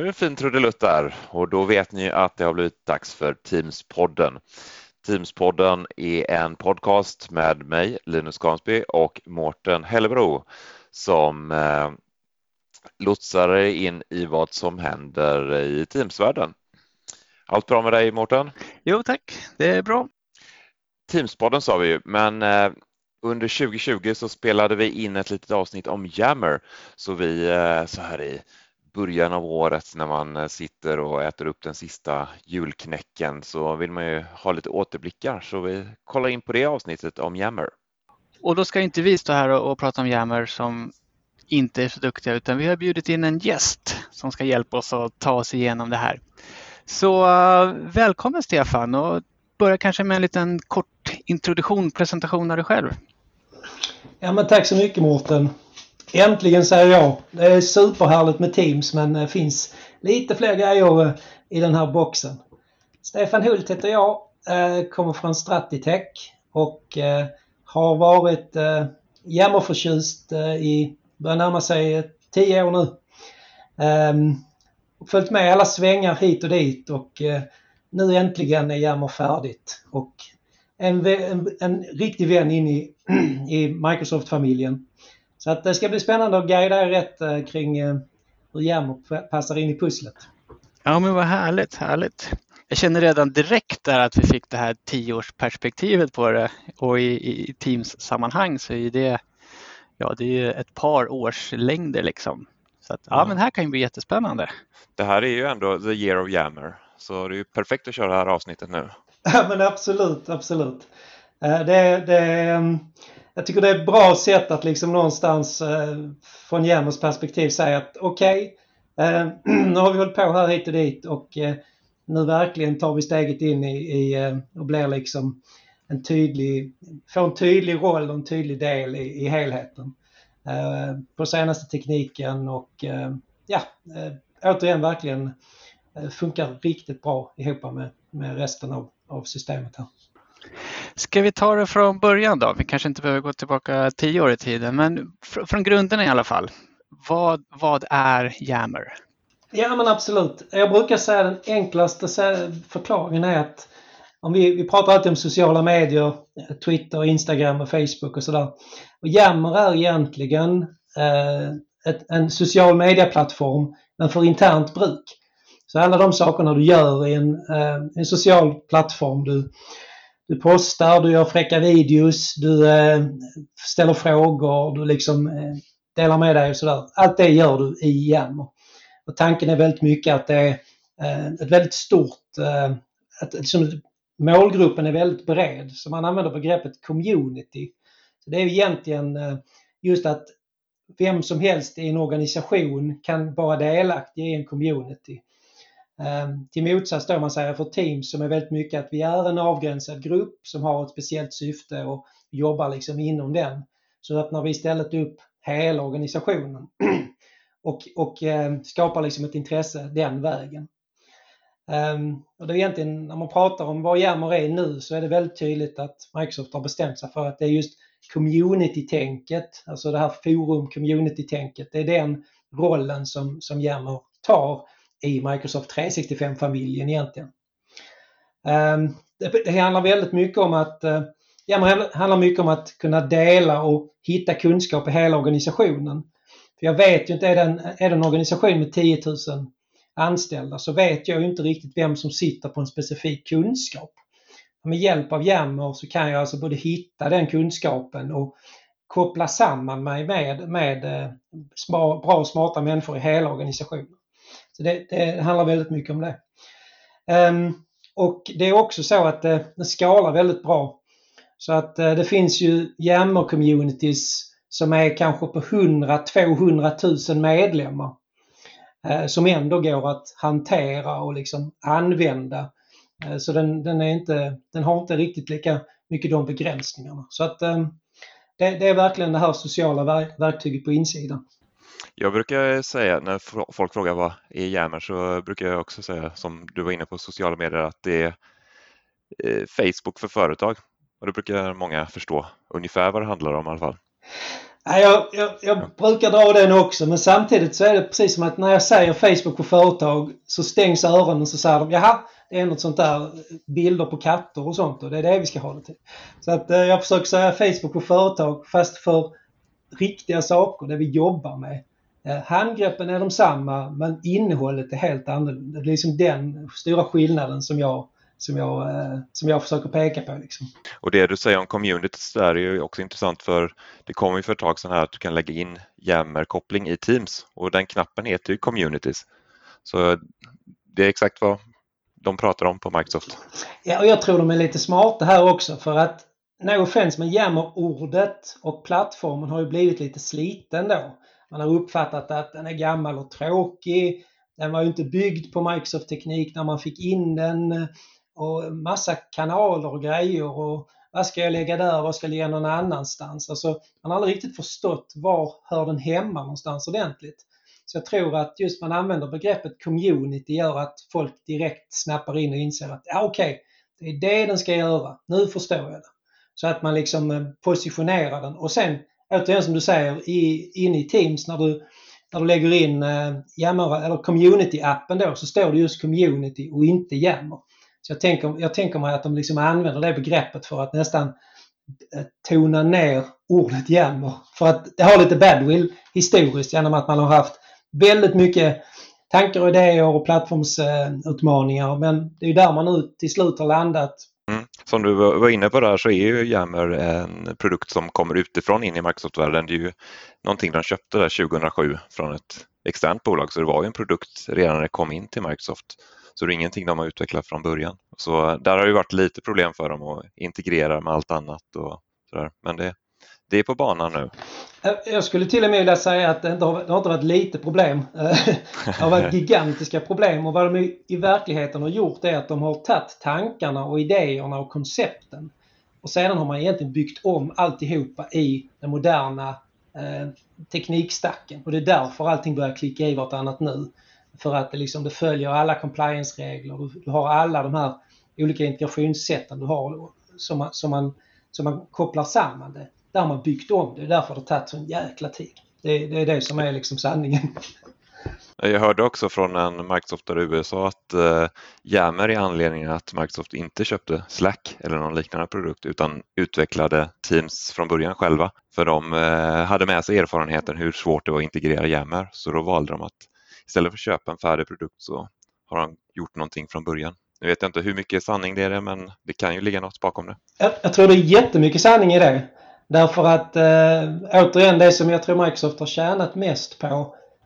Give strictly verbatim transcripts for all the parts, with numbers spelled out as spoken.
en fin trudelutt där och då vet ni att det har blivit dags för Teams-podden. Teams-podden är en podcast med mig, Linus Gansby och Mårten Hellebro som eh, lotsar in i vad som händer i Teams-världen. Allt bra med dig, Mårten? Jo tack, det är bra. Teams-podden sa vi ju, men eh, under tjugo tjugo så spelade vi in ett litet avsnitt om Yammer. Så vi eh, så här i början av året när man sitter och äter upp den sista julknäcken så vill man ju ha lite återblickar. Så vi kollar in på det avsnittet om Yammer. Och då ska inte vi stå här och, och prata om Yammer som inte är så duktiga, utan vi har bjudit in en gäst som ska hjälpa oss att ta oss igenom det här. Så uh, välkommen Stefan, och börja kanske med en liten kort introduktion, presentation av dig själv. Ja, men tack så mycket Mårten. Äntligen säger jag. Det är superhärligt med Teams, men det finns lite fler grejer i den här boxen. Stefan Hult heter jag, kommer från Stratitech och har varit Yammer-förtjust i, börjar närma sig tio år nu. Följt med alla svängar hit och dit och nu äntligen är Yammer färdigt. Och en, en, en riktig vän in i, i Microsoft-familjen. Så att det ska bli spännande att guida er rätt eh, kring eh, hur Yammer passar in i pusslet. Ja, men vad härligt, härligt. Jag känner redan direkt där att vi fick det här tioårsperspektivet på det, och i, i Teams-sammanhang så är det, ja, det är ett par års längder liksom. Så att, ja, ja, men här kan ju bli jättespännande. Det här är ju ändå the year of Yammer, så det är ju perfekt att köra det här avsnittet nu. Ja, men absolut, absolut. Eh, det, det Jag tycker det är ett bra sätt att liksom någonstans eh, från Yammers perspektiv säga att okej, okay, eh, nu har vi hållit på här hit och dit och eh, nu verkligen tar vi steget in i, i eh, och blir liksom en tydlig, får en tydlig roll och en tydlig del i, i helheten. Eh, på senaste tekniken och eh, ja, eh, återigen verkligen eh, funkar riktigt bra ihop med, med resten av, av systemet här. Ska vi ta det från början då? Vi kanske inte behöver gå tillbaka tio år i tiden, men fr- från grunderna i alla fall. Vad, vad är Yammer? Ja, men absolut. Jag brukar säga den enklaste förklaringen är att om vi, vi pratar alltid om sociala medier, Twitter, Instagram och Facebook och sådär. Och Yammer är egentligen eh, ett, en social medieplattform, men för internt bruk. Så alla de sakerna du gör i en, eh, en social plattform, du Du postar, du gör fräcka videos, du eh, ställer frågor, du liksom eh, delar med dig och sådär. Allt det gör du i Yammer. Och tanken är väldigt mycket att det är eh, ett väldigt stort, eh, att, liksom, målgruppen är väldigt bred. Så man använder begreppet community. Så det är egentligen eh, just att vem som helst i en organisation kan vara delaktig i en community. Um, till motsats då man säger för Teams som är väldigt mycket att vi är en avgränsad grupp som har ett speciellt syfte och jobbar liksom inom den. Så öppnar vi istället upp hela organisationen och, och um, skapar liksom ett intresse den vägen. Um, och det är egentligen, när man pratar om vad Yammer är nu, så är det väldigt tydligt att Microsoft har bestämt sig för att det är just community-tänket, alltså det här forum-community-tänket, det är den rollen som, som Yammer tar i Microsoft tre sextiofem-familjen egentligen. Um, det, det handlar väldigt mycket om att uh, Yammer handlar mycket om att kunna dela och hitta kunskap i hela organisationen. För jag vet ju inte, är det en, är det en organisation med tio tusen anställda så vet jag ju inte riktigt vem som sitter på en specifik kunskap. Med hjälp av Yammer så kan jag alltså både hitta den kunskapen och koppla samman mig med, med uh, smart, bra och smarta människor i hela organisationen. Så det, det handlar väldigt mycket om det. Um, och det är också så att det, det skalar väldigt bra. Så att uh, det finns ju Yammer-communities som är kanske på hundra till tvåhundratusen medlemmar. Uh, som ändå går att hantera och liksom använda. Uh, så den, den, är inte, den har inte riktigt lika mycket de begränsningarna. Så att um, det, det är verkligen det här sociala verk, verktyget på insidan. Jag brukar säga, när folk frågar vad är Yammer, så brukar jag också säga, som du var inne på sociala medier, att det är Facebook för företag. Och det brukar många förstå ungefär vad det handlar om i alla fall. Ja, jag, jag, jag brukar dra den också, men samtidigt så är det precis som att när jag säger Facebook på företag så stängs öronen och så säger de, jaha, det är något sånt där, bilder på katter och sånt och det är det vi ska ha det till. Så att eh, jag försöker säga Facebook på företag fast för riktiga saker, det vi jobbar med. Eh, handgreppen är de samma, men innehållet är helt annorlunda. Det är liksom den stora skillnaden som jag Som jag, som jag försöker peka på. Liksom. Och det du säger om communities där är ju också intressant, för det kommer ju för ett tag sedan här att du kan lägga in Yammer-koppling i Teams och den knappen heter ju communities. Så det är exakt vad de pratar om på Microsoft. Ja, och jag tror de är lite smarta här också, för att no offense, men Yammer-ordet och plattformen har ju blivit lite sliten då. Man har uppfattat att den är gammal och tråkig. Den var ju inte byggd på Microsoft-teknik när man fick in den. Och massa kanaler och grejer och vad ska jag lägga där, vad ska jag lägga någon annanstans. Alltså man har aldrig riktigt förstått var hör den hemma någonstans ordentligt. Så jag tror att just man använder begreppet community gör att folk direkt snappar in och inser att ja okej, det är det den ska göra, nu förstår jag det. Så att man liksom positionerar den och sen återigen som du säger i, in i Teams när du När du lägger in eh, Yammer eller community-appen då så står det just community och inte Yammer. Så jag tänker, jag tänker mig att de liksom använder det begreppet för att nästan eh, tona ner ordet Yammer. För att det har lite badwill historiskt genom att man har haft väldigt mycket tankar och idéer och plattformsutmaningar. Eh, men det är ju där man nu till slut har landat. Mm. Som du var inne på där så är ju Yammer en produkt som kommer utifrån in i Microsoft-världen. Det är ju någonting de köpte där tjugohundrasju från ett externt bolag, så det var ju en produkt redan när det kom in till Microsoft. Så det är ingenting de har utvecklat från början. Så där har ju varit lite problem för dem att integrera med allt annat och sådär. Men det, det är på banan nu. Jag skulle till och med vilja säga att det inte har, det har inte varit lite problem. Det har varit gigantiska problem och vad de i verkligheten har gjort är att de har tagit tankarna och idéerna och koncepten och sedan har man egentligen byggt om alltihopa i den moderna eh, teknikstacken och det är därför allting börjar klicka i vartannat nu. För att det, liksom, det följer alla compliance-regler, du, du har alla de här olika integrationssätten du har som man, som man, som man kopplar samman det. Där har man byggt om det, därför har det tagit så en jäkla tid. Det, det är det som är liksom sanningen. Jag hörde också från en Microsoftare i U S A att uh, Yammer är anledningen att Microsoft inte köpte Slack eller någon liknande produkt utan utvecklade Teams från början själva. För de uh, hade med sig erfarenheten hur svårt det var att integrera Yammer, så då valde de att istället för att köpa en färdig produkt så har de gjort någonting från början. Nu vet jag inte hur mycket sanning det är, men det kan ju ligga något bakom det. Jag, jag tror det är jättemycket sanning i det. Därför att eh, återigen det som jag tror Microsoft har tjänat mest på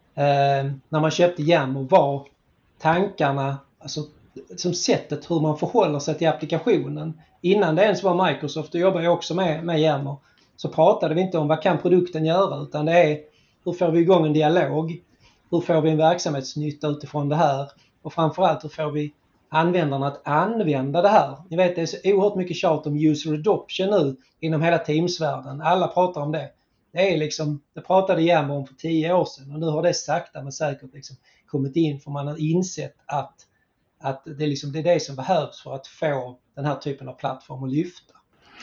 eh, när man köpte Yammer var tankarna, alltså som sättet hur man förhåller sig till applikationen. Innan det ens var Microsoft, och jobbar jag också med, med Yammer, så pratade vi inte om vad kan produkten göra, utan det är hur får vi igång en dialog, hur får vi en verksamhetsnytta utifrån det här och framförallt hur får vi användarna att använda det här. Ni vet det är så oerhört mycket tjat om user adoption nu inom hela Teams-världen. Alla pratar om det. Det är liksom, det pratade Yammer om för tio år sedan och nu har det sakta men säkert liksom kommit in för man har insett att, att det, är liksom, det är det som behövs för att få den här typen av plattform att lyfta.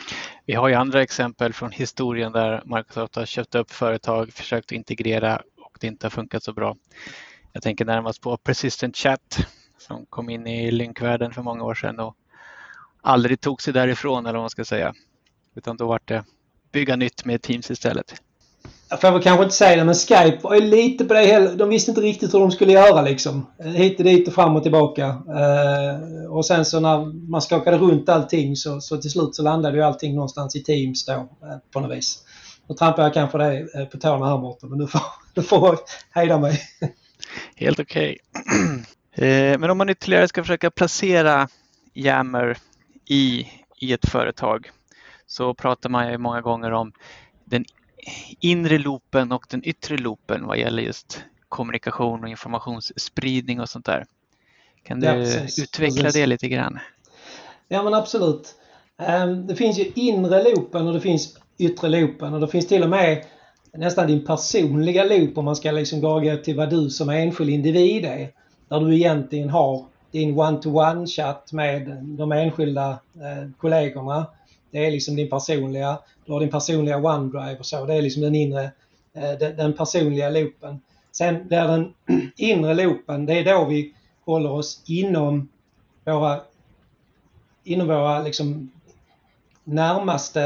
Vi har ju andra exempel från historien där Microsoft har köpt upp företag, försökt integrera och det inte har funkat så bra. Jag tänker närmast på Persistent Chat som kom in i Lync-världen för många år sedan och aldrig tog sig därifrån, eller vad man ska säga. Utan då var det bygga nytt med Teams istället. Jag får väl kanske inte säga det, men Skype var ju lite på det heller. De visste inte riktigt hur de skulle göra liksom. Hit och dit och fram och tillbaka. Eh, och sen så när man skakade runt allting så, så till slut så landade ju allting någonstans i Teams då eh, på något vis. Då trampar jag kanske det eh, på tårna här borta, men du får, du får hejda mig. Helt okej. Okay. eh, men om man ytterligare ska försöka placera Yammer i, i ett företag så pratar man ju många gånger om den inre loopen och den yttre loopen vad gäller just kommunikation och informationsspridning och sånt där. Kan du ja, precis, utveckla precis. det lite grann? Ja men absolut. Um, det finns ju inre loopen och det finns yttre loopen och det finns till och med nästan din personliga loop om man ska liksom gå till vad du som enskild individ är. Där du egentligen har din one-to-one chatt med de enskilda eh, kollegorna. Det är liksom din personliga, du har din personliga OneDrive och så. Det är liksom den inre, den, den personliga loopen. Sen där den inre loopen, det är då vi håller oss inom våra, inom våra liksom närmaste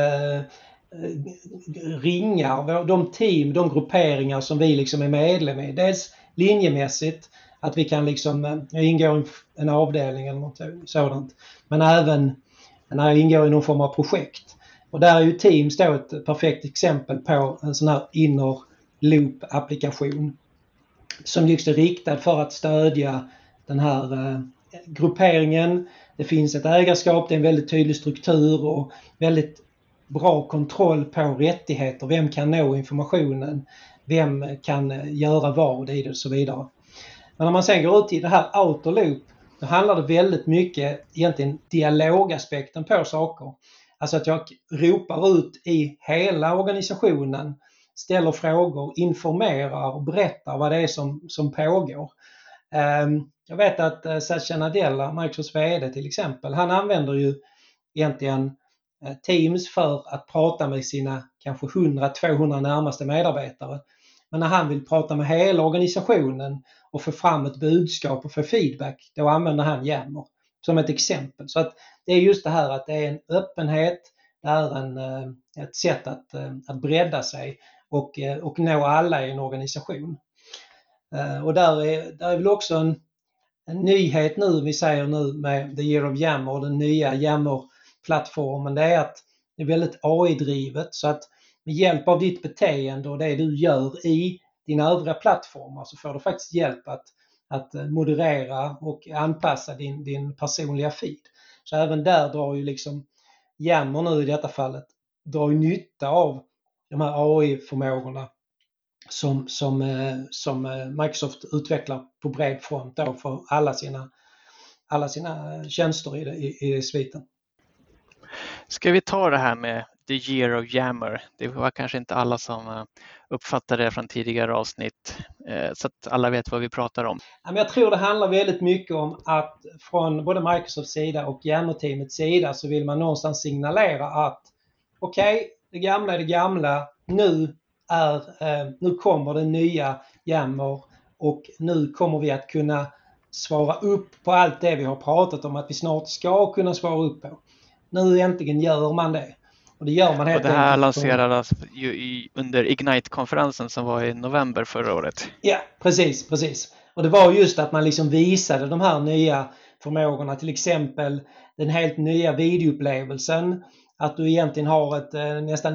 ringar, de team, de grupperingar som vi liksom är medlem i. Dels linjemässigt, att vi kan liksom ingå i en avdelning eller något sådant. Men även när jag ingår i någon form av projekt. Och där är ju Teams då ett perfekt exempel på en sån här inner loop-applikation som just är riktad för att stödja den här eh, grupperingen. Det finns ett ägarskap, det är en väldigt tydlig struktur och väldigt bra kontroll på rättigheter. Vem kan nå informationen? Vem kan göra vad i det och så vidare. Men när man sen går ut i det här outer loop, då handlar det väldigt mycket egentligen dialogaspekten på saker. Alltså att jag ropar ut i hela organisationen, ställer frågor, informerar och berättar vad det är som, som pågår. Um, jag vet att uh, Satya Nadella, Microsofts vd till exempel, han använder ju egentligen uh, Teams för att prata med sina kanske hundra till tvåhundra närmaste medarbetare. Men när han vill prata med hela organisationen och få fram ett budskap och få feedback, då använder han Yammer som ett exempel. Så att det är just det här att det är en öppenhet, det är en, ett sätt att, att bredda sig och, och nå alla i en organisation. Och där är, där är väl också en, en nyhet nu, vi säger nu med The Year of Yammer och den nya Yammer-plattformen, det är att det är väldigt A I-drivet, så att med hjälp av ditt beteende och det du gör i dina övriga plattformar så får du faktiskt hjälp att, att moderera och anpassa din, din personliga feed. Så även där drar ju liksom Yammer nu i detta fallet drar ju nytta av de här A I-förmågorna som, som, som Microsoft utvecklar på bred front då för alla sina, alla sina tjänster i, det, i, i sviten. Ska vi ta det här med The Year of Yammer? Det var kanske inte alla som uppfattade det från tidigare avsnitt, så att alla vet vad vi pratar om. Jag tror det handlar väldigt mycket om att från både Microsofts sida och Yammer-teamets sida så vill man någonstans signalera att okej, okay, det gamla är det gamla, nu, är, nu kommer det nya Yammer och nu kommer vi att kunna svara upp på allt det vi har pratat om att vi snart ska kunna svara upp på. Nu äntligen gör man det. Och det gör man helt och det här enkelt. lanserades ju i, under Ignite-konferensen som var i november förra året. Ja, precis, precis. Och det var just att man liksom visade de här nya förmågorna. Till exempel den helt nya videoupplevelsen. Att du egentligen har ett nästan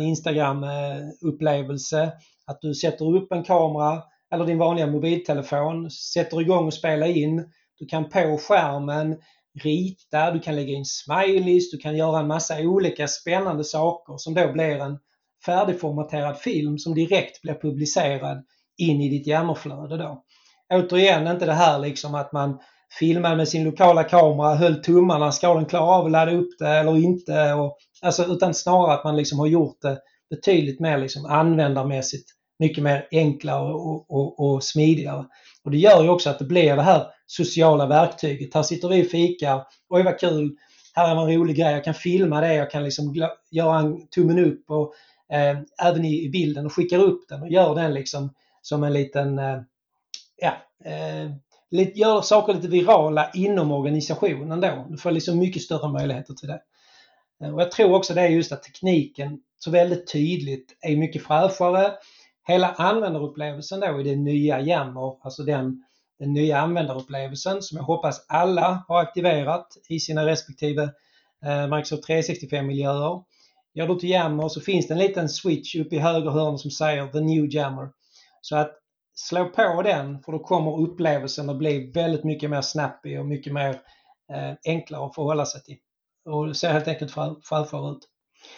Instagram-upplevelse. Att du sätter upp en kamera eller din vanliga mobiltelefon. Sätter igång och spelar in. Du kan på skärmen rita, du kan lägga in smileys, du kan göra en massa olika spännande saker som då blir en färdigformaterad film som direkt blir publicerad in i ditt Yammerflöde då. Återigen inte det här liksom att man filmar med sin lokala kamera, höll tummarna, ska den klara av att ladda upp det eller inte, och, alltså, utan snarare att man liksom har gjort det betydligt mer liksom användarmässigt, mycket mer enklare och, och, och smidigare. Och det gör ju också att det blir det här sociala verktyget. Här sitter vi och fikar. Oj vad kul. Här är en rolig grej. Jag kan filma det. Jag kan liksom göra en tummen upp och, eh, även i, i bilden och skickar upp den och gör den liksom som en liten eh, ja, eh, lite, gör saker lite virala inom organisationen då. Du får liksom mycket större möjligheter till det. Eh, och jag tror också det är just att tekniken så väldigt tydligt är mycket fräschare. Hela användarupplevelsen då i det nya Yammer, alltså den, den nya användarupplevelsen som jag hoppas alla har aktiverat i sina respektive eh, Microsoft tre sextiofem-miljöer. Gör du till Yammer så finns det en liten switch uppe i höger hörn som säger The New Yammer. Så att slå på den, för då kommer upplevelsen att bli väldigt mycket mer snappy och mycket mer eh, enklare att förhålla sig till. Och det ser helt enkelt framför ut.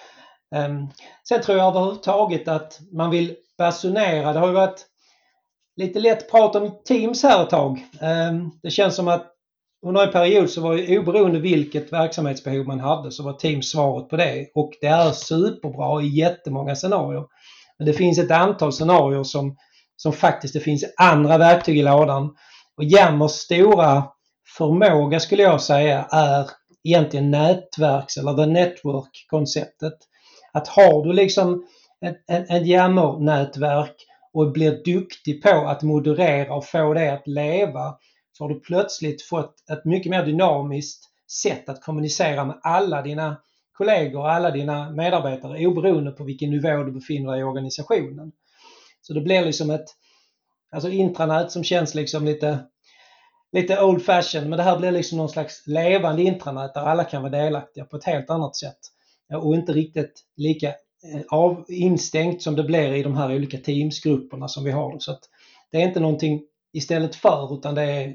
Um, sen tror jag överhuvudtaget att man vill basunera. Det har ju varit lite lätt prat om Teams här ett tag. Um, det känns som att under en period så var ju oberoende vilket verksamhetsbehov man hade så var Teams svaret på det. Och det är superbra i jättemånga scenarier. Men det finns ett antal scenarier som, som faktiskt det finns andra verktyg i lådan. Och Yammers stora förmåga skulle jag säga är egentligen nätverks eller the network-konceptet. Att har du liksom ett, ett, ett Yammer-nätverk och blir duktig på att moderera och få det att leva, så har du plötsligt fått ett mycket mer dynamiskt sätt att kommunicera med alla dina kollegor och alla dina medarbetare oberoende på vilken nivå du befinner dig i organisationen. Så det blir liksom ett alltså intranät som känns liksom lite, lite old fashion, men det här blir liksom någon slags levande intranät där alla kan vara delaktiga på ett helt annat sätt och inte riktigt lika av instängt som det blir i de här olika teamsgrupperna som vi har. Så att det är inte någonting istället för, utan det är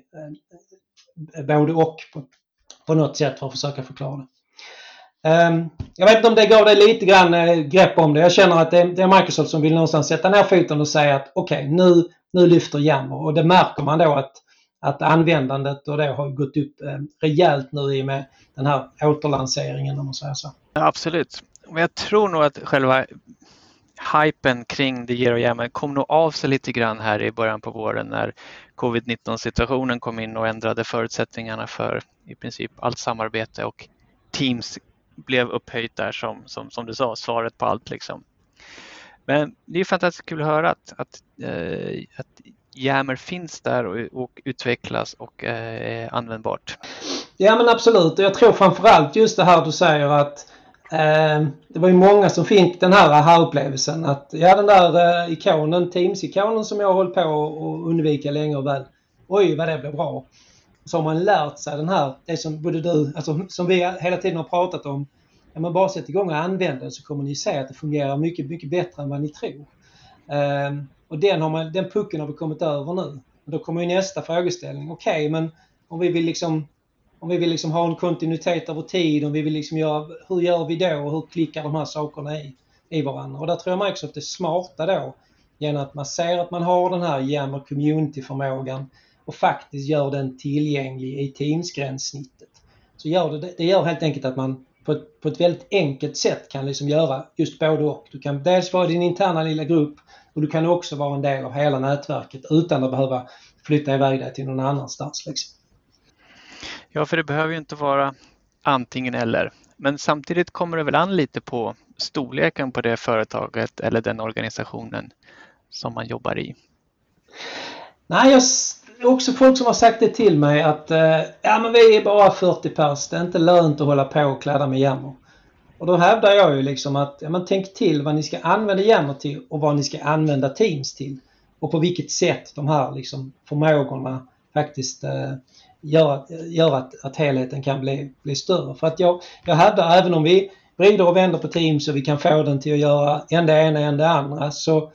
både och på, på något sätt för att försöka förklara det. Um, jag vet inte om det gav dig lite grann eh, grepp om det. Jag känner att det är, det är Microsoft som vill någonstans sätta ner foten och säga att okej, okay, nu, nu lyfter Yammer. Och det märker man då att, att användandet och det har gått upp eh, rejält nu i med den här återlanseringen, om man säger så. Ja, absolut. Men jag tror nog att själva hypen kring The Year of Yammer kom nog av sig lite grann här i början på våren när covid nitton situationen kom in och ändrade förutsättningarna för i princip allt samarbete, och Teams blev upphöjt där som, som, som du sa, svaret på allt liksom. Men det är fantastiskt kul att höra att, att, äh, att Yammer finns där och, och utvecklas och äh, är användbart. Ja, men absolut. Jag tror framförallt just det här du säger att eh, det var ju många som fick den här aha-upplevelsen att ja, den där eh, ikonen, Teams-ikonen som jag har hållit på att undvika länge och väl, oj vad det blev bra. Så har man lärt sig den här, det som både du, alltså som vi hela tiden har pratat om, när man bara sätter igång och använder så kommer ni se att det fungerar mycket, mycket bättre än vad ni tror. Um, och den, har man, den pucken har vi kommit över nu. Och då kommer ju nästa frågeställning. Okej, okay, men om vi vill liksom om vi vill liksom ha en kontinuitet över tid, om vi vill liksom göra, hur gör vi då och hur klickar de här sakerna i, i varandra? Och där tror jag Microsoft är smarta då genom att man ser att man har den här Yammer community-förmågan och faktiskt gör den tillgänglig i Teams-gränssnittet. Så gör det, det gör helt enkelt att man på ett, på ett väldigt enkelt sätt kan liksom göra just både och. Du kan dels vara din interna lilla grupp och du kan också vara en del av hela nätverket utan att behöva flytta iväg dig till någon annanstans. Liksom. Ja, för det behöver ju inte vara antingen eller. Men samtidigt kommer det väl an lite på storleken på det företaget eller den organisationen som man jobbar i. Nej, jag är också folk som har sagt det till mig att eh, ja, men vi är bara fyrtio pers, det är inte lönt att hålla på och kladda med Yammer. Och då hävdar jag ju liksom att ja, man tänk till vad ni ska använda Yammer till och vad ni ska använda Teams till. Och på vilket sätt de här liksom förmågorna faktiskt eh, gör, gör att, att helheten kan bli, bli större. För att jag, jag hävdar även om vi vrider och vänder på Teams och vi kan få den till att göra en det ena en det andra, så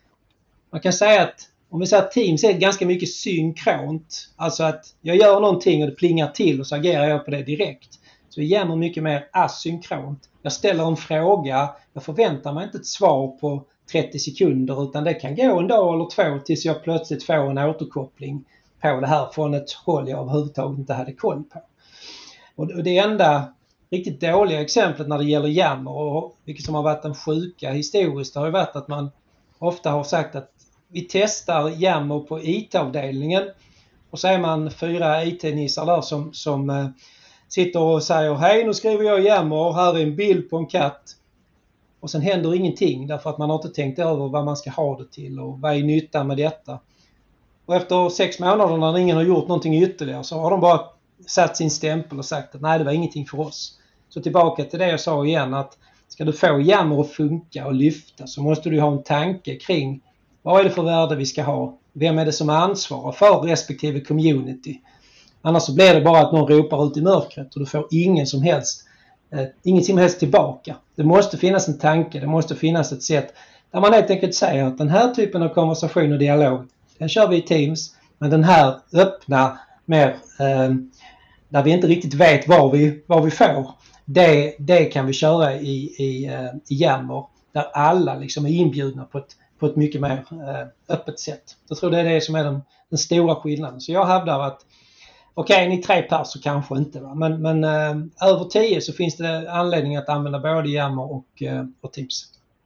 man kan säga att om vi säger att Teams är ganska mycket synkront, alltså att jag gör någonting och det plingar till och så agerar jag på det direkt. Så Yammer mycket mer asynkront. Jag ställer en fråga, jag förväntar mig inte ett svar på trettio sekunder utan det kan gå en dag eller två tills jag plötsligt får en återkoppling på det här från ett håll jag överhuvudtaget inte hade koll på. Och det enda riktigt dåliga exemplet när det gäller Yammer, och vilket som har varit en sjuka historiskt, har ju varit att man ofta har sagt att vi testar Yammer på I T-avdelningen och så är man fyra I T-nissar där som, som eh, sitter och säger hej, nu skriver jag Yammer, här är en bild på en katt. Och sen händer ingenting därför att man har inte tänkt över vad man ska ha det till och vad är nyttan med detta. Och efter sex månader när ingen har gjort någonting ytterligare så har de bara satt sin stämpel och sagt att nej, det var ingenting för oss. Så tillbaka till det jag sa igen, att ska du få Yammer att funka och lyfta så måste du ha en tanke kring vad är det för värde vi ska ha? Vem är det som ansvarar för respektive community? Annars så blir det bara att någon ropar ut i mörkret och du får ingen som helst, eh, ingen som helst tillbaka. Det måste finnas en tanke, det måste finnas ett sätt där man helt enkelt säger att den här typen av konversation och dialog, den kör vi i Teams, men den här öppna, mer eh, där vi inte riktigt vet vad vi, vad vi får, det, det kan vi köra i, i, eh, i Yammer där alla liksom är inbjudna på ett på ett mycket mer eh, öppet sätt. Jag tror det är det som är den, den stora skillnaden. Så jag hävdar att okej, okay, ni tre pers så kanske inte. Va? Men, men eh, över tio så finns det anledning att använda både Yammer och, eh, och Teams.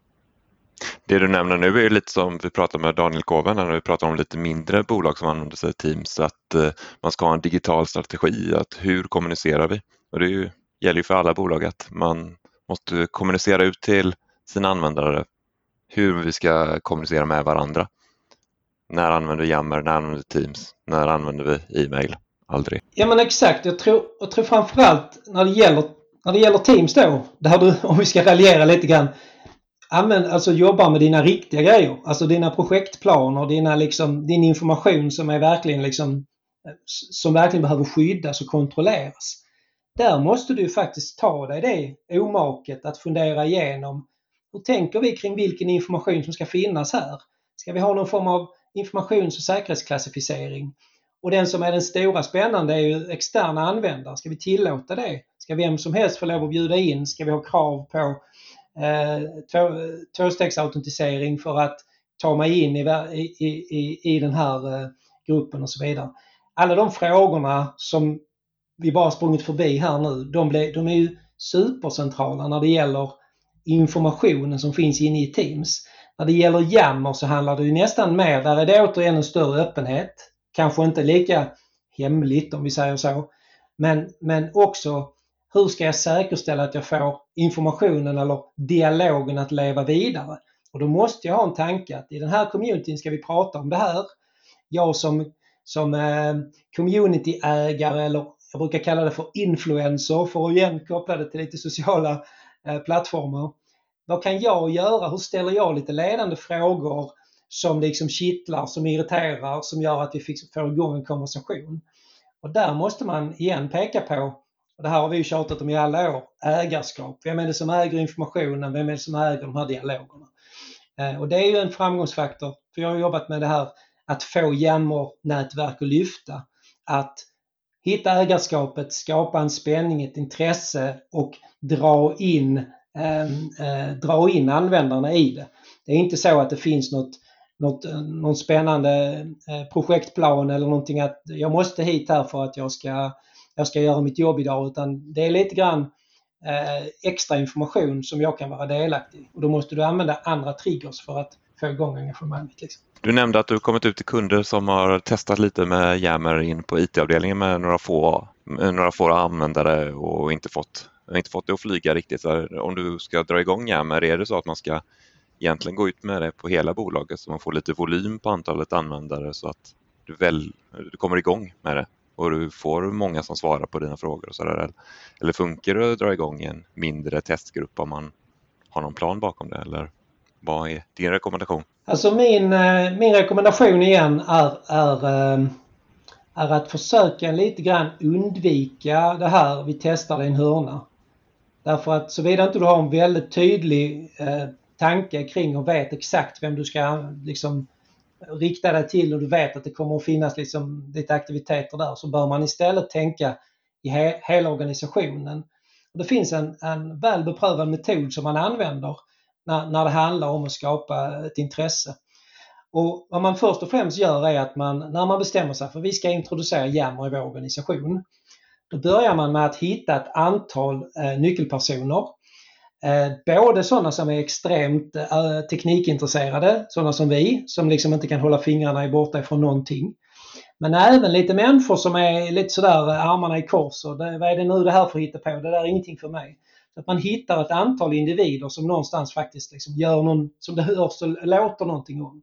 Det du nämner nu är ju lite som vi pratade med Daniel Koven när vi pratade om lite mindre bolag som använder sig av Teams. Att eh, man ska ha en digital strategi. Att hur kommunicerar vi? Och det är ju gäller ju för alla bolag att man måste kommunicera ut till sina användare hur vi ska kommunicera med varandra. När använder vi Yammer, när använder vi Teams, när använder vi e-mail? Aldrig. Ja men exakt, jag tror, jag tror framförallt när det gäller, när det gäller Teams då, där du, om vi ska raljera lite grann, använd, alltså jobba med dina riktiga grejer, alltså dina projektplaner, dina liksom, din information som är verkligen liksom, som verkligen behöver skyddas och kontrolleras. Där måste du faktiskt ta dig det omaket att fundera igenom, hur tänker vi kring vilken information som ska finnas här? Ska vi ha någon form av informations- och säkerhetsklassificering? Och den som är den stora spännande är ju externa användare. Ska vi tillåta det? Ska vem som helst få lov att bjuda in? Ska vi ha krav på eh, två, tvåstegsautentisering för att ta mig in i, i, i, i den här eh, gruppen och så vidare? Alla de frågorna som vi bara sprungit förbi här nu, de, ble, de är ju supercentrala när det gäller informationen som finns inne i Teams. När det gäller Yammer så handlar det ju nästan mer, där är det återigen en större öppenhet. Kanske inte lika hemligt om vi säger så. Men, men också hur ska jag säkerställa att jag får informationen eller dialogen att leva vidare. Och då måste jag ha en tanke att i den här communityn ska vi prata om det här. Jag som, som eh, communityägare, eller jag brukar kalla det för influencer för att igen koppla det till lite sociala eh, plattformar. Vad kan jag göra? Hur ställer jag lite ledande frågor som liksom kittlar, som irriterar, som gör att vi får igång en konversation? Och där måste man igen peka på, och det här har vi ju tjatat om i alla år, ägarskap. Vem är det som äger informationen? Vem är det som äger de här dialogerna? Eh, och det är ju en framgångsfaktor, för jag har jobbat med det här att få Yammer-nätverk att lyfta. Att hitta ägarskapet, skapa en spänning, ett intresse och dra in, eh, eh, dra in användarna i det. Det är inte så att det finns något, något, någon spännande eh, projektplan eller någonting att jag måste hit här för att jag ska, jag ska göra mitt jobb idag, utan det är lite grann eh, extra information som jag kan vara delaktig i. Och då måste du använda andra triggers för att få igång engagemanget. Liksom. Du nämnde att du kommit ut till kunder som har testat lite med Yammer in på I T-avdelningen med några få, med några få användare och inte fått, inte fått det att flyga riktigt. Så om du ska dra igång Yammer, är det så att man ska egentligen gå ut med det på hela bolaget så man får lite volym på antalet användare så att du, väl, du kommer igång med det och du får många som svarar på dina frågor och sådär? Eller funkar det att dra igång en mindre testgrupp om man har någon plan bakom det? Eller vad är din rekommendation? Alltså min, min rekommendation igen är, är, är att försöka lite grann undvika det här vi testar i en hörna. Därför att såvida inte du har en väldigt tydlig eh, tanke kring och vet exakt vem du ska liksom rikta dig till och du vet att det kommer att finnas liksom lite aktiviteter där, så bör man istället tänka i he- hela organisationen. Och det finns en, en väl beprövad metod som man använder när, när det handlar om att skapa ett intresse. Och vad man först och främst gör är att man, när man bestämmer sig för att vi ska introducera Yammer i vår organisation, då börjar man med att hitta ett antal eh, nyckelpersoner. Eh, både sådana som är extremt eh, teknikintresserade, sådana som vi, som liksom inte kan hålla fingrarna i borta ifrån någonting. Men även lite människor som är lite sådär armarna i kors och det, vad är det nu det här för att hitta på? Det där är ingenting för mig. Så att man hittar ett antal individer som någonstans faktiskt liksom gör någon, som det hörs och låter någonting om.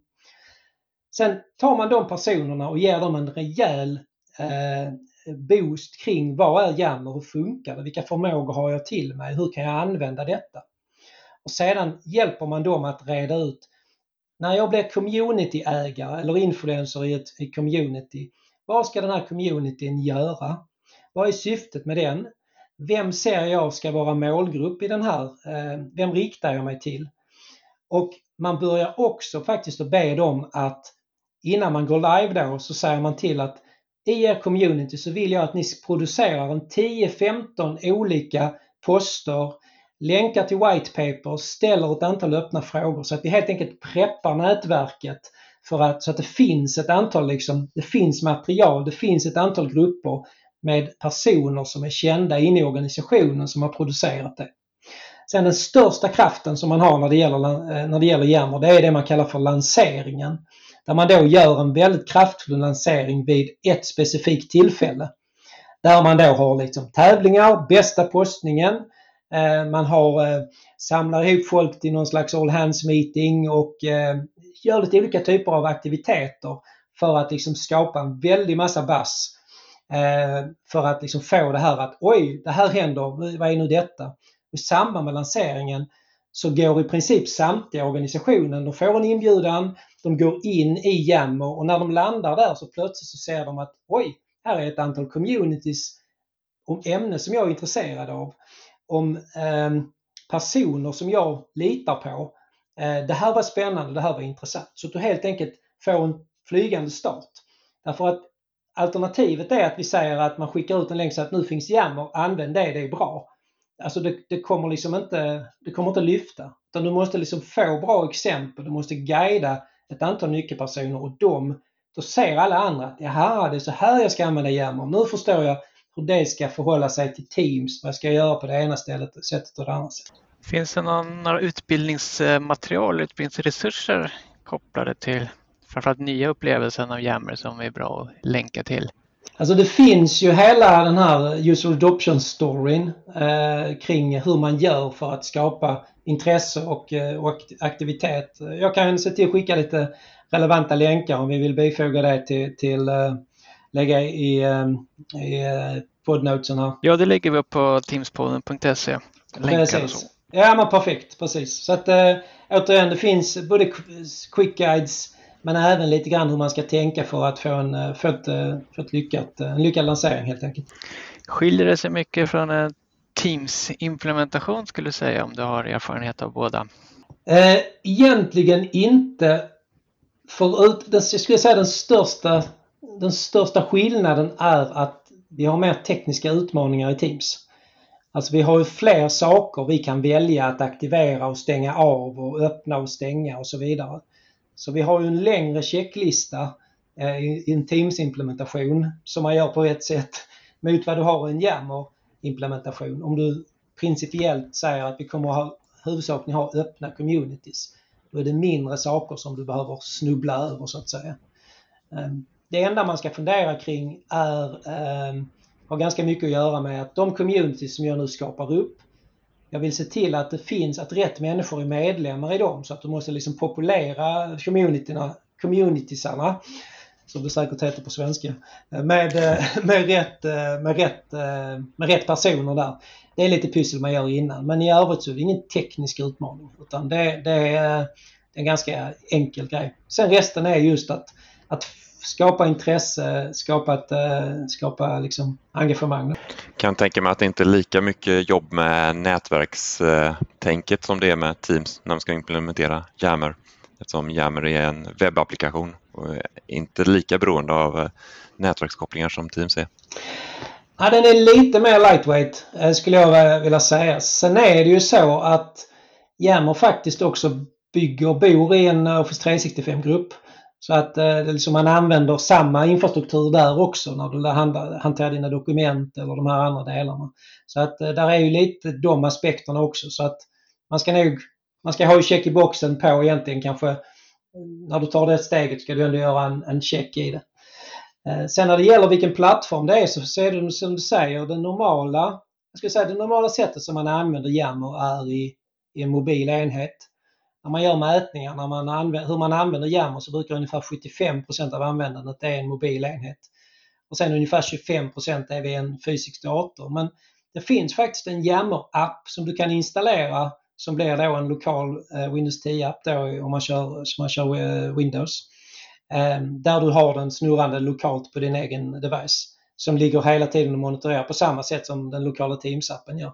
Sen tar man de personerna och ger dem en rejäl eh, boost kring vad är Yammer, hur funkar det, vilka förmågor har jag till mig, hur kan jag använda detta? Och sedan hjälper man dem att reda ut, när jag blir communityägare eller influencer i ett i community, vad ska den här communityn göra? Vad är syftet med den? Vem ser jag ska vara målgrupp i den här? Vem riktar jag mig till? Och man börjar också faktiskt att be dem att innan man går live då så säger man till att i er community så vill jag att ni producerar en tio femton olika poster, länkar till white papers, ställer ett antal öppna frågor så att vi helt enkelt preppar nätverket för att, så att det finns ett antal liksom, det finns material, det finns ett antal grupper med personer som är kända inne i organisationen som har producerat det. Sen den största kraften som man har när det gäller, när det gäller Yammer, det är det man kallar för lanseringen. Där man då gör en väldigt kraftfull lansering vid ett specifikt tillfälle. Där man då har liksom tävlingar, bästa postningen. Eh, man har, eh, samlar ihop folk till någon slags all hands meeting och eh, gör lite olika typer av aktiviteter för att liksom skapa en väldig massa buzz. Eh, för att liksom få det här att oj, det här händer, vad är nu detta? Och i samband med lanseringen så går i princip samtliga organisationen, de får en inbjudan, de går in i Yammer och när de landar där så plötsligt så ser de att oj, här är ett antal communities om ämnen som jag är intresserad av, om eh, personer som jag litar på. Eh, det här var spännande, det här var intressant. Så att du helt enkelt får en flygande start. Därför att alternativet är att vi säger att man skickar ut en länk så att nu finns Yammer, använd det, det är bra. Alltså det, det kommer liksom inte, det kommer inte lyfta. Utan du måste liksom få bra exempel, du måste guida ett antal nyckelpersoner och de, då ser alla andra att jaha, det är så här jag ska använda Yammer. Nu förstår jag hur det ska förhålla sig till Teams, vad jag ska göra på det ena stället, sättet och det andra sättet. Finns det någon, några utbildningsmaterial, utbildningsresurser kopplade till framförallt nya upplevelsen av Yammer som är bra att länka till? Alltså det finns ju hela den här user adoption storyn eh, kring hur man gör för att skapa intresse och, och aktivitet. Jag kan se till att skicka lite relevanta länkar om vi vill bifoga det till, till uh, lägga i, uh, i uh, poddnotesen här. Ja, det lägger vi upp på teamspodden punkt se. Länkar och så. Ja, men perfekt, precis. Så att uh, återigen, det finns både quick guides men även lite grann hur man ska tänka för att få en, för ett, för ett lyckat, en lyckad lansering helt enkelt. Skiljer det sig mycket från en Teams-implementation skulle du säga om du har erfarenhet av båda? Eh, egentligen inte. Förut, den, jag skulle säga den största, den största skillnaden är att vi har mer tekniska utmaningar i Teams. Alltså vi har ju fler saker vi kan välja att aktivera och stänga av och öppna och stänga och så vidare. Så vi har ju en längre checklista eh, i en Teams-implementation som man gör på ett sätt mot vad du har i en Yammer-implementation. Om du principiellt säger att vi kommer att ha huvudsakligen ha öppna communities, då är det mindre saker som du behöver snubbla över så att säga. Det enda man ska fundera kring är, har ganska mycket att göra med att de communities som jag nu skapar upp, jag vill se till att det finns, att rätt människor är medlemmar i dem, så att du måste liksom populera communityna, communitiesarna, som det säkert heter på svenska, med, med, rätt, med, rätt, med rätt personer där. Det är lite pyssel man gör innan, men i övrigt så är det ingen teknisk utmaning, utan det, det är en ganska enkel grej. Sen resten är just att, att skapa intresse, skapa, ett, skapa liksom engagemang. Kan tänka mig att det inte är lika mycket jobb med nätverkstänket som det är med Teams när man ska implementera Yammer. Eftersom Yammer är en webbapplikation och är inte lika beroende av nätverkskopplingar som Teams är. Ja, den är lite mer lightweight skulle jag vilja säga. Sen är det ju så att Yammer faktiskt också bygger och bor i en Office tre sextiofem-grupp. Så att eh, liksom man använder samma infrastruktur där också när du hanterar dina dokument eller de här andra delarna. Så att eh, där är ju lite de aspekterna också. Så att man ska nog, man ska ha ju check i boxen på egentligen kanske, när du tar det steget ska du ändå göra en, en check i det. Eh, sen när det gäller vilken plattform det är så ser du som du säger, den normala, jag skulle säga det normala sättet som man använder Yammer är i, i en mobil enhet. När man gör mätningar, när man använder, hur man använder Yammer, så brukar ungefär sjuttiofem procent av användandet är en mobil enhet. Och sen ungefär tjugofem procent är vid en fysisk dator. Men det finns faktiskt en Yammer-app som du kan installera som blir då en lokal eh, Windows tio-app då, om man kör, om man kör eh, Windows. Eh, där du har den snurrande lokalt på din egen device. Som ligger hela tiden och monitorerar på samma sätt som den lokala Teams-appen gör.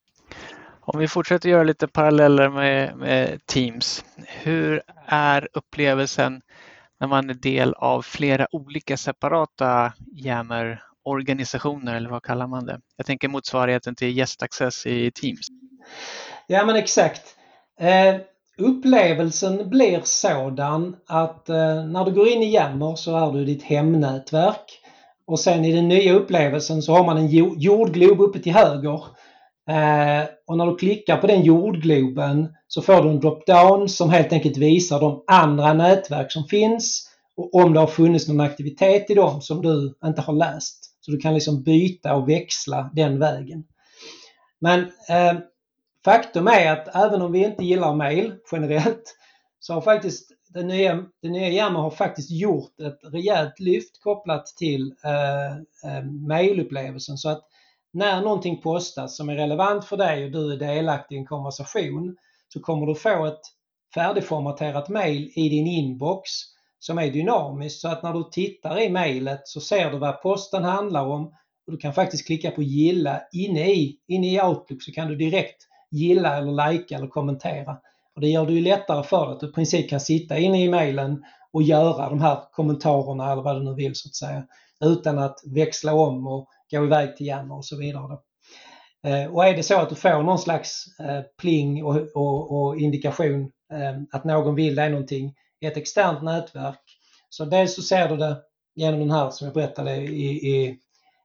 Om vi fortsätter göra lite paralleller med, med Teams. Hur är upplevelsen när man är del av flera olika separata Yammer-organisationer, eller vad kallar man det? Jag tänker motsvarigheten till Guest Access i Teams. Ja, men exakt. Eh, upplevelsen blir sådan att eh, när du går in i Yammer så är du ditt hemnätverk. Och sen i den nya upplevelsen så har man en jordglob uppe till höger. Eh, och när du klickar på den jordgloben så får du en drop-down som helt enkelt visar de andra nätverk som finns och om det har funnits någon aktivitet i dem som du inte har läst. Så du kan liksom byta och växla den vägen. Men eh, faktum är att även om vi inte gillar mail generellt, så har faktiskt den nya, den nya Yammer har faktiskt gjort ett rejält lyft kopplat till eh, eh, mailupplevelsen. Så att när någonting postas som är relevant för dig och du är delaktig i en konversation, så kommer du få ett färdigformaterat mail i din inbox som är dynamiskt. Så att när du tittar i mailet så ser du vad posten handlar om, och du kan faktiskt klicka på gilla inne i, inne i Outlook, så kan du direkt gilla eller likea eller kommentera. Och det gör det ju lättare för dig att du i princip kan sitta inne i mailen och göra de här kommentarerna eller vad du nu vill så att säga, utan att växla om och gå iväg till Yammer och så vidare. Eh, och är det så att du får någon slags eh, pling och, och, och indikation eh, att någon vill dig någonting i ett externt nätverk, så dels så ser du det genom den här som jag berättade i, i,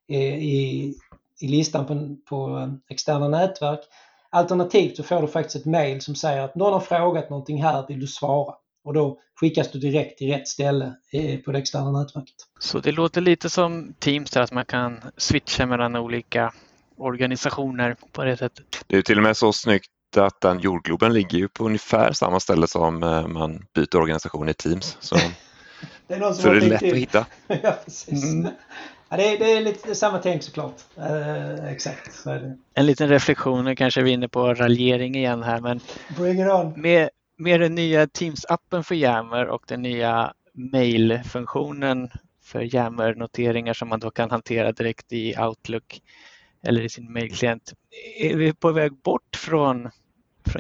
i, i listan på, på externa nätverk. Alternativt så får du faktiskt ett mail som säger att någon har frågat någonting här, vill du svara? Och då skickas du direkt till rätt ställe på det externa nätverket. Så det låter lite som Teams där, att man kan switcha mellan olika organisationer på det sättet. Det är ju till och med så snyggt att den jordgloben ligger ju på ungefär samma ställe som man byter organisation i Teams. Så det är, någon som så har det är lätt till. att hitta. Ja, precis. Mm. Ja, det, är, det är lite det är samma tänk såklart. Eh, exakt. Så är det. En liten reflektion, kanske vi är inne på raljering igen här, men bring it on. Med, med den nya Teams-appen för Yammer och den nya mail-funktionen för Yammer-noteringar som man då kan hantera direkt i Outlook eller i sin mailklient. Är vi på väg bort från, från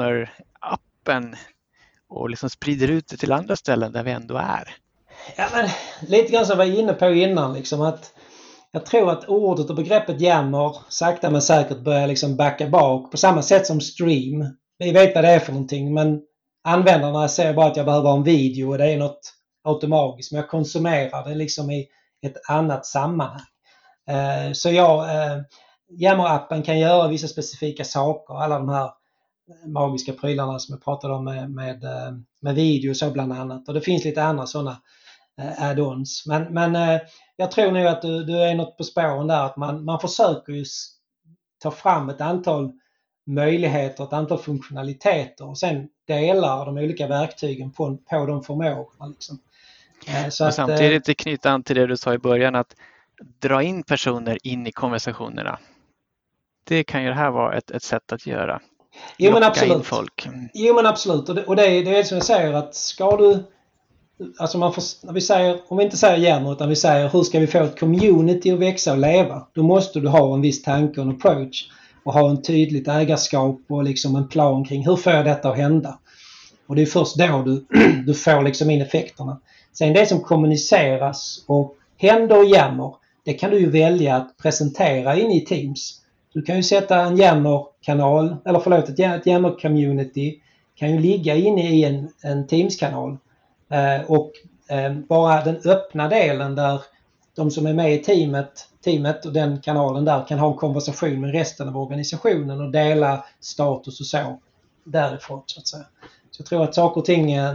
Yammer-appen och liksom sprider ut det till andra ställen där vi ändå är? Ja, men lite grann som jag var inne på innan, liksom att jag tror att ordet och begreppet Yammer sakta men säkert börjar liksom backa bak på samma sätt som stream. Vi vet vad det är för någonting, men användarna säger bara att jag behöver en video och det är något automatiskt, men jag konsumerar det liksom i ett annat sammanhang. Eh, så ja, eh, Yammer-appen kan göra vissa specifika saker, alla de här magiska prylarna som jag pratade om med, med, med video och så bland annat. Och det finns lite andra sådana eh, add-ons. Men, men eh, jag tror nog att du, du är något på spåren där, att man, man försöker ju ta fram ett antal möjligheter, ett antal funktionaliteter och sen delar de olika verktygen på, på de förmågorna. Liksom. Eh, så och att, samtidigt eh, knyta an till det du sa i början, att dra in personer in i konversationerna. Det kan ju det här vara ett, ett sätt att göra. Jo men absolut. Folk. Jo men absolut. Och det, och det, är, det är som jag säger, att ska du, alltså man får, när vi säger, om vi inte säger Yammer utan vi säger hur ska vi få ett community att växa och leva, då måste du ha en viss tanke och en approach och ha en tydligt ägarskap och liksom en plan kring hur får jag detta att hända. Och det är först då du, du får liksom in effekterna. Sen det som kommuniceras och händer i Yammer, det kan du ju välja att presentera in i Teams. Du kan ju sätta en Yammer-kanal, eller förlåt, ett Yammer-community kan ju ligga inne i en, en Teams-kanal. Eh, och eh, bara den öppna delen där de som är med i teamet, teamet och den kanalen där kan ha en konversation med resten av organisationen och dela status och så därifrån så att säga. Så jag tror att saker och ting eh,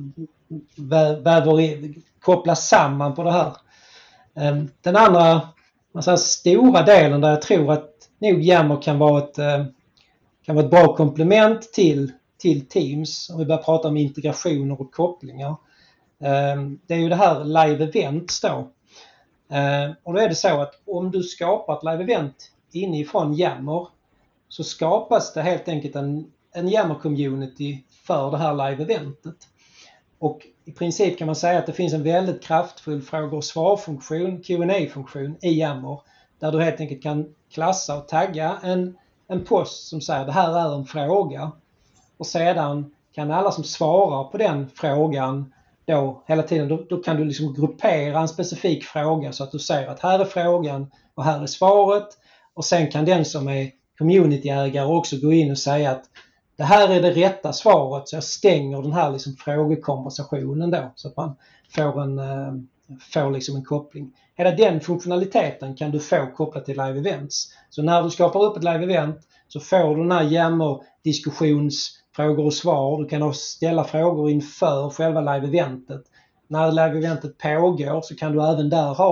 väver, kopplas samman på det här. Eh, den andra man säger, stora delen där jag tror att nog Yammer kan vara ett, kan vara ett bra komplement till, till Teams om vi börjar prata om integrationer och kopplingar. Det är ju det här live event då. Och då är det så att om du skapar ett live event inifrån Yammer så skapas det helt enkelt en, en Yammer-community för det här live eventet. Och i princip kan man säga att det finns en väldigt kraftfull frågor- och svarfunktion, Q and A-funktion i Yammer där du helt enkelt kan klassa och tagga en, en post som säger det här är en fråga. Och sedan kan alla som svarar på den frågan då hela tiden, då, då kan du liksom gruppera en specifik fråga så att du säger att här är frågan och här är svaret. Och sen kan den som är communityägare också gå in och säga att det här är det rätta svaret, så jag stänger den här liksom frågekonversationen då så att man får en, får liksom en koppling. Hela den funktionaliteten kan du få kopplat till live events. Så när du skapar upp ett live event så får du den här Yammer diskussionsfrågor och svar. Du kan ställa frågor inför själva live eventet. När live eventet pågår så kan du även där ha en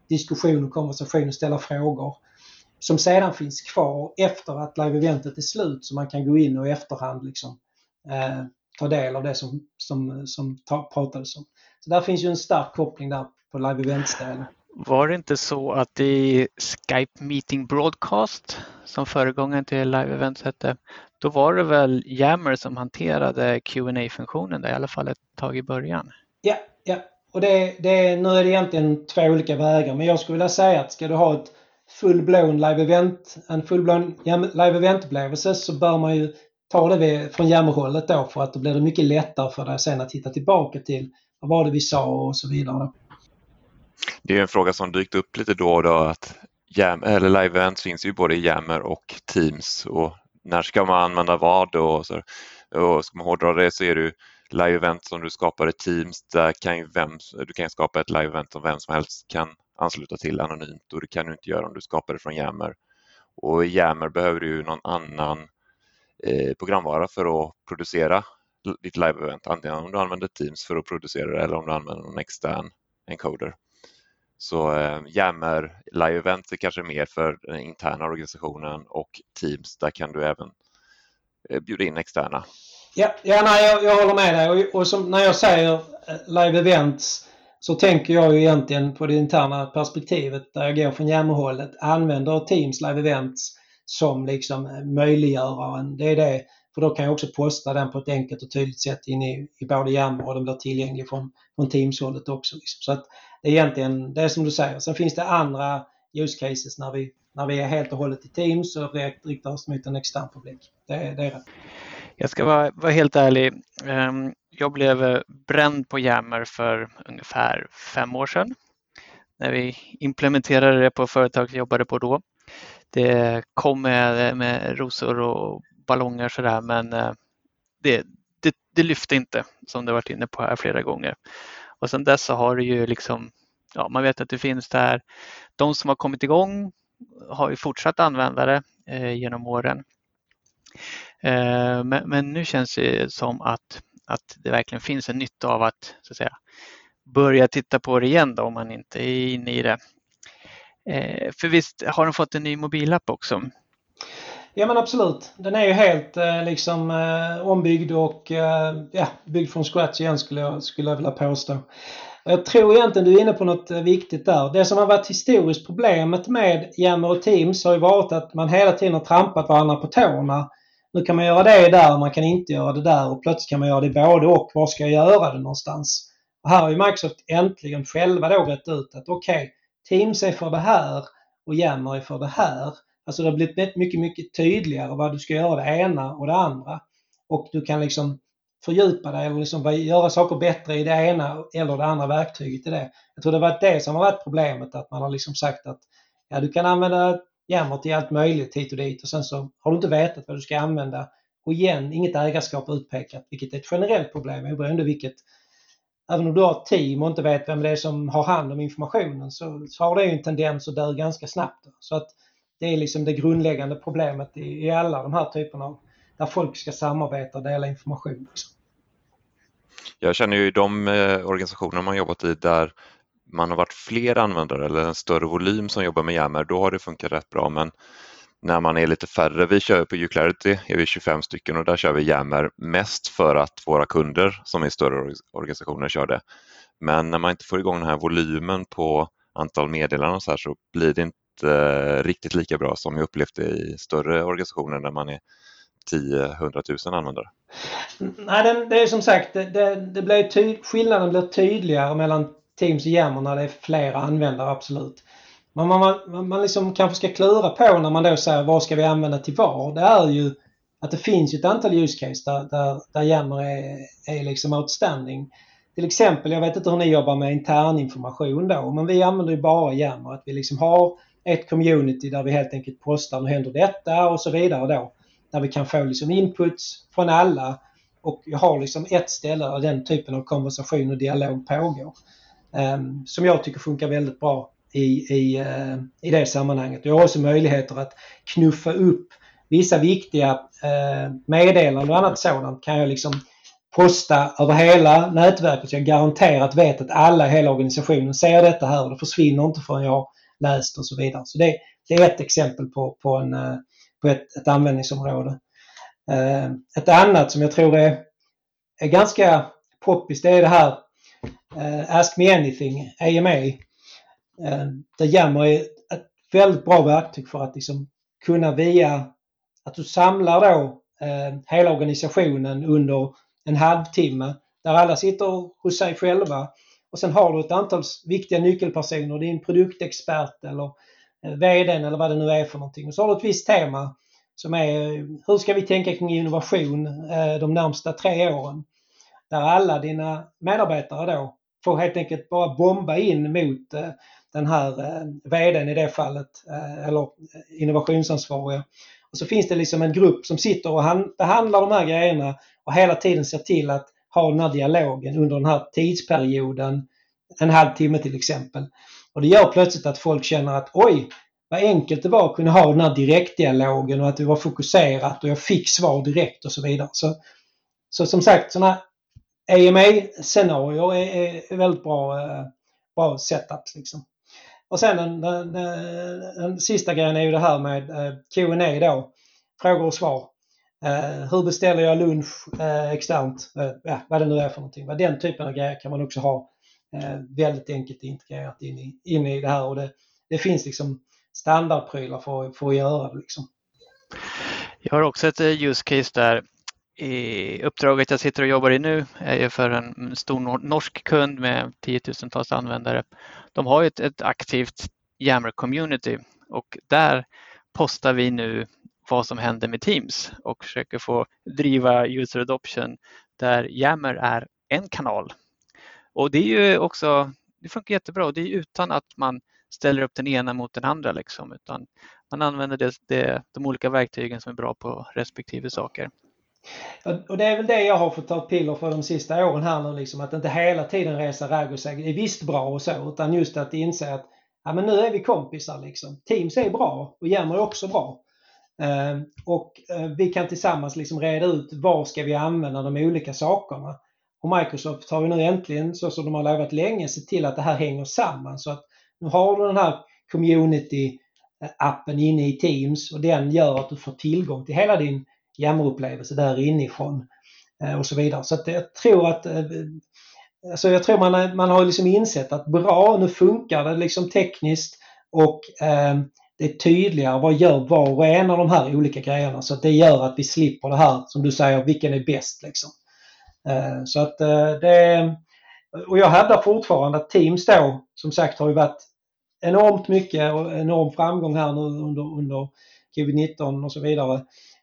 diskussion och konversation och ställa frågor som sedan finns kvar efter att live-eventet är slut, så man kan gå in och i efterhand liksom, eh, ta del av det som, som, som ta, pratades om. Så där finns ju en stark koppling där på live-event-delen. Var det inte så att i Skype Meeting Broadcast, som föregångaren till live-event hette, då var det väl Yammer som hanterade Q and A-funktionen där, i alla fall ett tag i början? Ja, ja. Och det, det, nu är det egentligen två olika vägar, men jag skulle vilja säga att ska du ha ett full-blown live-event, en full-blown live-event-upplevelse, så bör man ju ta det från Yammer-hållet då, för att då blir det mycket lättare för dig sen att titta tillbaka till vad var det vi sa och så vidare. Det är en fråga som dykt upp lite då och då, att Jam, eller live-events finns ju både i Yammer och Teams, och när ska man använda vad, och, så, och ska man hårdra det så är det ju live-event som du skapar i Teams, där kan ju vem, du kan skapa ett live-event som vem som helst kan ansluta till anonymt, och det kan du inte göra om du skapar det från Yammer. Och i Yammer behöver du någon annan eh, programvara för att producera ditt live-event, antingen om du använder Teams för att producera det eller om du använder någon extern encoder. Så eh, Yammer live-event är kanske mer för den interna organisationen, och Teams, där kan du även eh, bjuda in externa. Ja, ja nej, jag, jag håller med dig, och, och som, när jag säger live-events så tänker jag ju egentligen på det interna perspektivet, där jag går från Yammer-hållet, använder Teams live-events som liksom möjliggöraren. Det är det, för då kan jag också posta den på ett enkelt och tydligt sätt in i, i både Yammer, och den blir tillgänglig från, från Teams-hållet också. Liksom. Så att det är egentligen, det är som du säger. Sen finns det andra use cases när vi, när vi är helt och hållet i Teams och riktar oss mot en extern publik. Det, det är det. Jag ska vara, vara helt ärlig. Jag blev bränd på Yammer för ungefär fem år sedan, när vi implementerade det på företag jag jobbade på då. Det kom med, med rosor och ballonger sådär, men det, det, det lyfte inte, som det varit inne på här flera gånger. Och sen dess så har det ju liksom, ja, man vet att det finns där. De som har kommit igång har ju fortsatt använda det eh, genom åren. Eh, men, men nu känns det som att, att det verkligen finns en nytta av att, så att säga, börja titta på det igen då, om man inte är inne i det. Eh, för visst har de fått en ny mobilapp också? Ja, men absolut. Den är ju helt eh, liksom eh, ombyggd och eh, ja, byggd från scratch igen, skulle jag, skulle jag vilja påstå. Jag tror egentligen du är inne på något viktigt där. Det som har varit historiskt problemet med Yammer och Teams har ju varit att man hela tiden har trampat varandra på tårna. Nu kan man göra det där, man kan inte göra det där, och plötsligt kan man göra det både och. Var ska jag göra det någonstans? Och här har ju Microsoft äntligen själva då rätt ut att okej, okay, Teams är för det här och Yammer är för det här. Alltså det har blivit mycket, mycket tydligare vad du ska göra det ena och det andra. Och du kan liksom fördjupa dig eller liksom göra saker bättre i det ena eller det andra verktyget i det. Jag tror det var det som har varit problemet, att man har liksom sagt att ja, du kan använda Yammer till allt möjligt hit och dit, och sen så har du inte vetat vad du ska använda. Och igen, inget ägarskap utpekat, vilket är ett generellt problem. Oberoende vilket, även om du har ett team och inte vet vem det är som har hand om informationen, så, så har det ju en tendens att dö ganska snabbt. Så att det är liksom det grundläggande problemet i, i alla de här typerna av, där folk ska samarbeta och dela information. Jag känner ju de eh, organisationer man jobbat i där man har varit fler användare eller en större volym som jobbar med Yammer, då har det funkat rätt bra. Men när man är lite färre, vi kör på uClarity, är vi tjugofem stycken, och där kör vi Yammer mest för att våra kunder som är större organisationer kör det. Men när man inte får igång den här volymen på antal meddelanden och så här, så blir det inte eh, riktigt lika bra som jag upplevt det i större organisationer där man är tio till hundra tusen användare. Nej, det, det är som sagt, det, det, det blir ty- skillnaden blir tydligare mellan Teams och Yammer när det är flera användare, absolut. Men man, man, man liksom kanske ska klura på när man då säger vad ska vi använda till var. Det är ju att det finns ett antal use case där, där, där Yammer är, är liksom outstanding. Till exempel, jag vet inte hur ni jobbar med intern information då, men vi använder ju bara Yammer. Att vi liksom har ett community där vi helt enkelt postar, nu händer detta och så vidare då. Där vi kan få liksom inputs från alla, och jag har liksom ett ställe där den typen av konversation och dialog pågår. Um, som jag tycker funkar väldigt bra i, i, uh, i det sammanhanget. Jag har också möjligheter att knuffa upp vissa viktiga uh, meddelanden och annat sådant kan jag liksom posta över hela nätverket. Så jag garanterat vet att alla i hela organisationen ser detta här och det försvinner inte förrän jag har läst och så vidare. Så det, det är ett exempel på, på, en, på ett, ett användningsområde. Ett annat som jag tror är, är ganska poppis, det är det här Ask Me Anything, A M A. Där Yammer är ett väldigt bra verktyg för att liksom kunna via att du samlar då eh, hela organisationen under en halvtimme där alla sitter hos sig själva och sen har du ett antal viktiga nyckelpersoner, din produktexpert eller eh, vdn eller vad det nu är för någonting. Och så har du ett visst tema som är hur ska vi tänka kring innovation eh, de närmsta tre åren. Där alla dina medarbetare då får helt enkelt bara bomba in mot eh, den här eh, vdn i det fallet eh, eller innovationsansvariga. Och så finns det liksom en grupp som sitter och han, behandlar de här grejerna och hela tiden ser till att ha den här dialogen under den här tidsperioden, en halvtimme till exempel. Och det gör plötsligt att folk känner att oj, vad enkelt det var att kunna ha den här direktdialogen och att det var fokuserat och jag fick svar direkt och så vidare. Så, så som sagt, sådana A M A-scenarier är, är väldigt bra, bra setups liksom. Och sen den, den, den, den sista grejen är ju det här med Q and A då. Frågor och svar. Uh, hur beställer jag lunch uh, externt? Uh, ja, vad det nu är för någonting. Den typen av grejer kan man också ha uh, väldigt enkelt integrerat in i, in i det här. Och det, det finns liksom standardprylar för, för att göra det liksom. Jag har också ett use case där. I uppdraget jag sitter och jobbar i nu är ju för en stor norsk kund med tiotusentals användare. De har ju ett, ett aktivt Yammer-community och där postar vi nu vad som händer med Teams och försöker få driva user adoption där Yammer är en kanal. Och det är ju också, det funkar jättebra och det är utan att man ställer upp den ena mot den andra liksom, utan man använder det, det, de olika verktygen som är bra på respektive saker. Och det är väl det jag har fått ta piller för de sista åren här nu liksom, att inte hela tiden resa ragg och säga det är visst bra och så, utan just att inse att ja, men nu är vi kompisar liksom. Teams är bra och Yammer är också bra. Uh, och uh, vi kan tillsammans liksom reda ut var ska vi använda de olika sakerna. Och Microsoft har ju nu äntligen, så som de har lovat länge, se till att det här hänger samman. Så att nu har du den här community-appen inne i Teams och den gör att du får tillgång till hela din Yammer-upplevelse där inifrån uh, och så vidare. Så att jag tror att uh, alltså jag tror man, man har liksom insett att bra, nu funkar det liksom tekniskt och uh, det är tydligare vad gör var och en av de här olika grejerna, så att det gör att vi slipper det här som du säger, vilken är bäst liksom. Uh, så att uh, det, och jag hävdar fortfarande att Teams då som sagt har ju varit enormt mycket och enorm framgång här nu under, under covid nitton och så vidare.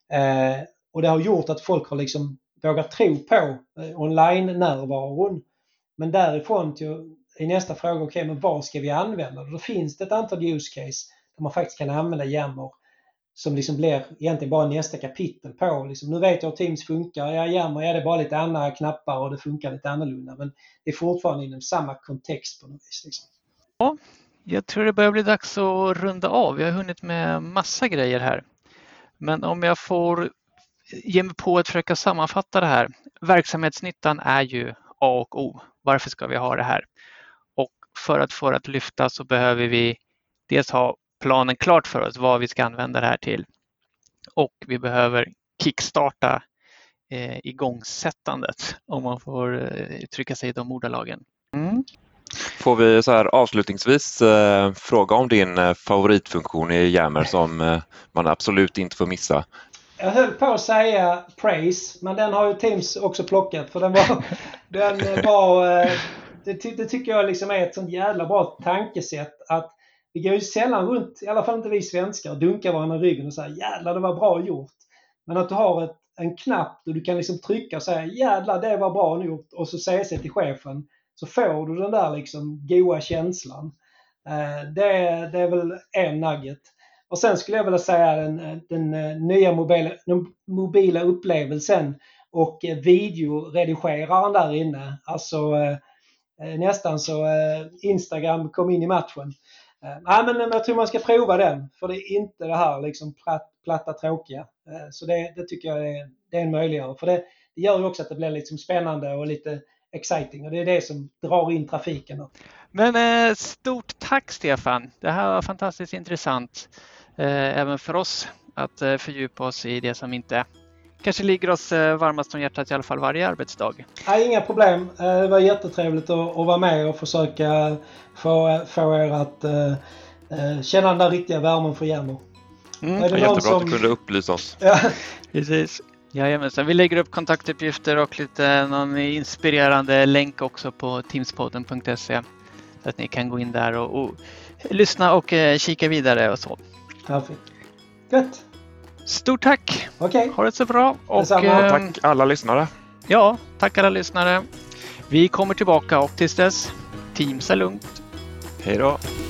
Uh, och det har gjort att folk har liksom vågat tro på uh, online-närvaron. Men därifrån till i nästa fråga, okej, okay, men vad ska vi använda? Då finns det ett antal use case där man faktiskt kan använda Yammer som liksom blir egentligen bara nästa kapitel på. Liksom, nu vet jag hur Teams funkar. Ja, Yammer är det bara lite andra knappar och det funkar lite annorlunda. Men det är fortfarande inom samma kontext på något vis. Liksom. Ja, jag tror det börjar bli dags att runda av. Vi har hunnit med massa grejer här. Men om jag får ge mig på att försöka sammanfatta det här. Verksamhetsnyttan är ju A och O. Varför ska vi ha det här? Och för att få det att lyfta så behöver vi dels ha planen klart för oss vad vi ska använda det här till. Och vi behöver kickstarta eh, igångsättandet, om man får eh, trycka sig i de ordalagen. Mm. Får vi så här avslutningsvis eh, fråga om din eh, favoritfunktion i Yammer som eh, man absolut inte får missa? Jag höll på att säga praise, men den har ju Teams också plockat, för den var, den var eh, det, det tycker jag liksom är ett sånt jävla bra tankesätt att vi går ju sällan runt, i alla fall inte vi svenskar, och dunkar varandra i ryggen och säger jävlar det var bra gjort. Men att du har ett, en knapp där du kan liksom trycka och säga jävlar det var bra gjort och så säger sig till chefen, så får du den där liksom goa känslan. Eh, det, det är väl en nugget. Och sen skulle jag vilja säga den, den nya mobila, den mobila upplevelsen och videoredigeraren där inne. Alltså eh, nästan så eh, Instagram kom in i matchen. Eh, nej, men jag tror man ska prova den. För det är inte det här liksom platt, platta tråkiga. Eh, så det, det tycker jag är, det är en möjligare. För det, det gör ju också att det blir liksom spännande och lite exciting. Och det är det som drar in trafiken. Då. Men eh, stort tack Stefan. Det här var fantastiskt intressant. Eh, även för oss att eh, fördjupa oss i det som inte kanske ligger oss eh, varmast om hjärtat i alla fall varje arbetsdag. Nej, inga problem. Det var jättetrevligt att, att vara med och försöka få, få er att uh, känna den där riktiga värmen för Yammer. Mm. Är det jättebra som... att du kunde upplysa oss. Ja. Precis. Jajamensan. Vi lägger upp kontaktuppgifter och lite någon inspirerande länk också på teamspodden punkt se så att ni kan gå in där och, och lyssna och uh, kika vidare och så. Perfekt. Gött. Stort tack! Okej. Ha det så bra. Och, eh, tack alla lyssnare. Ja, tack alla lyssnare. Vi kommer tillbaka och tills dess, Teams är lugnt. Hej då!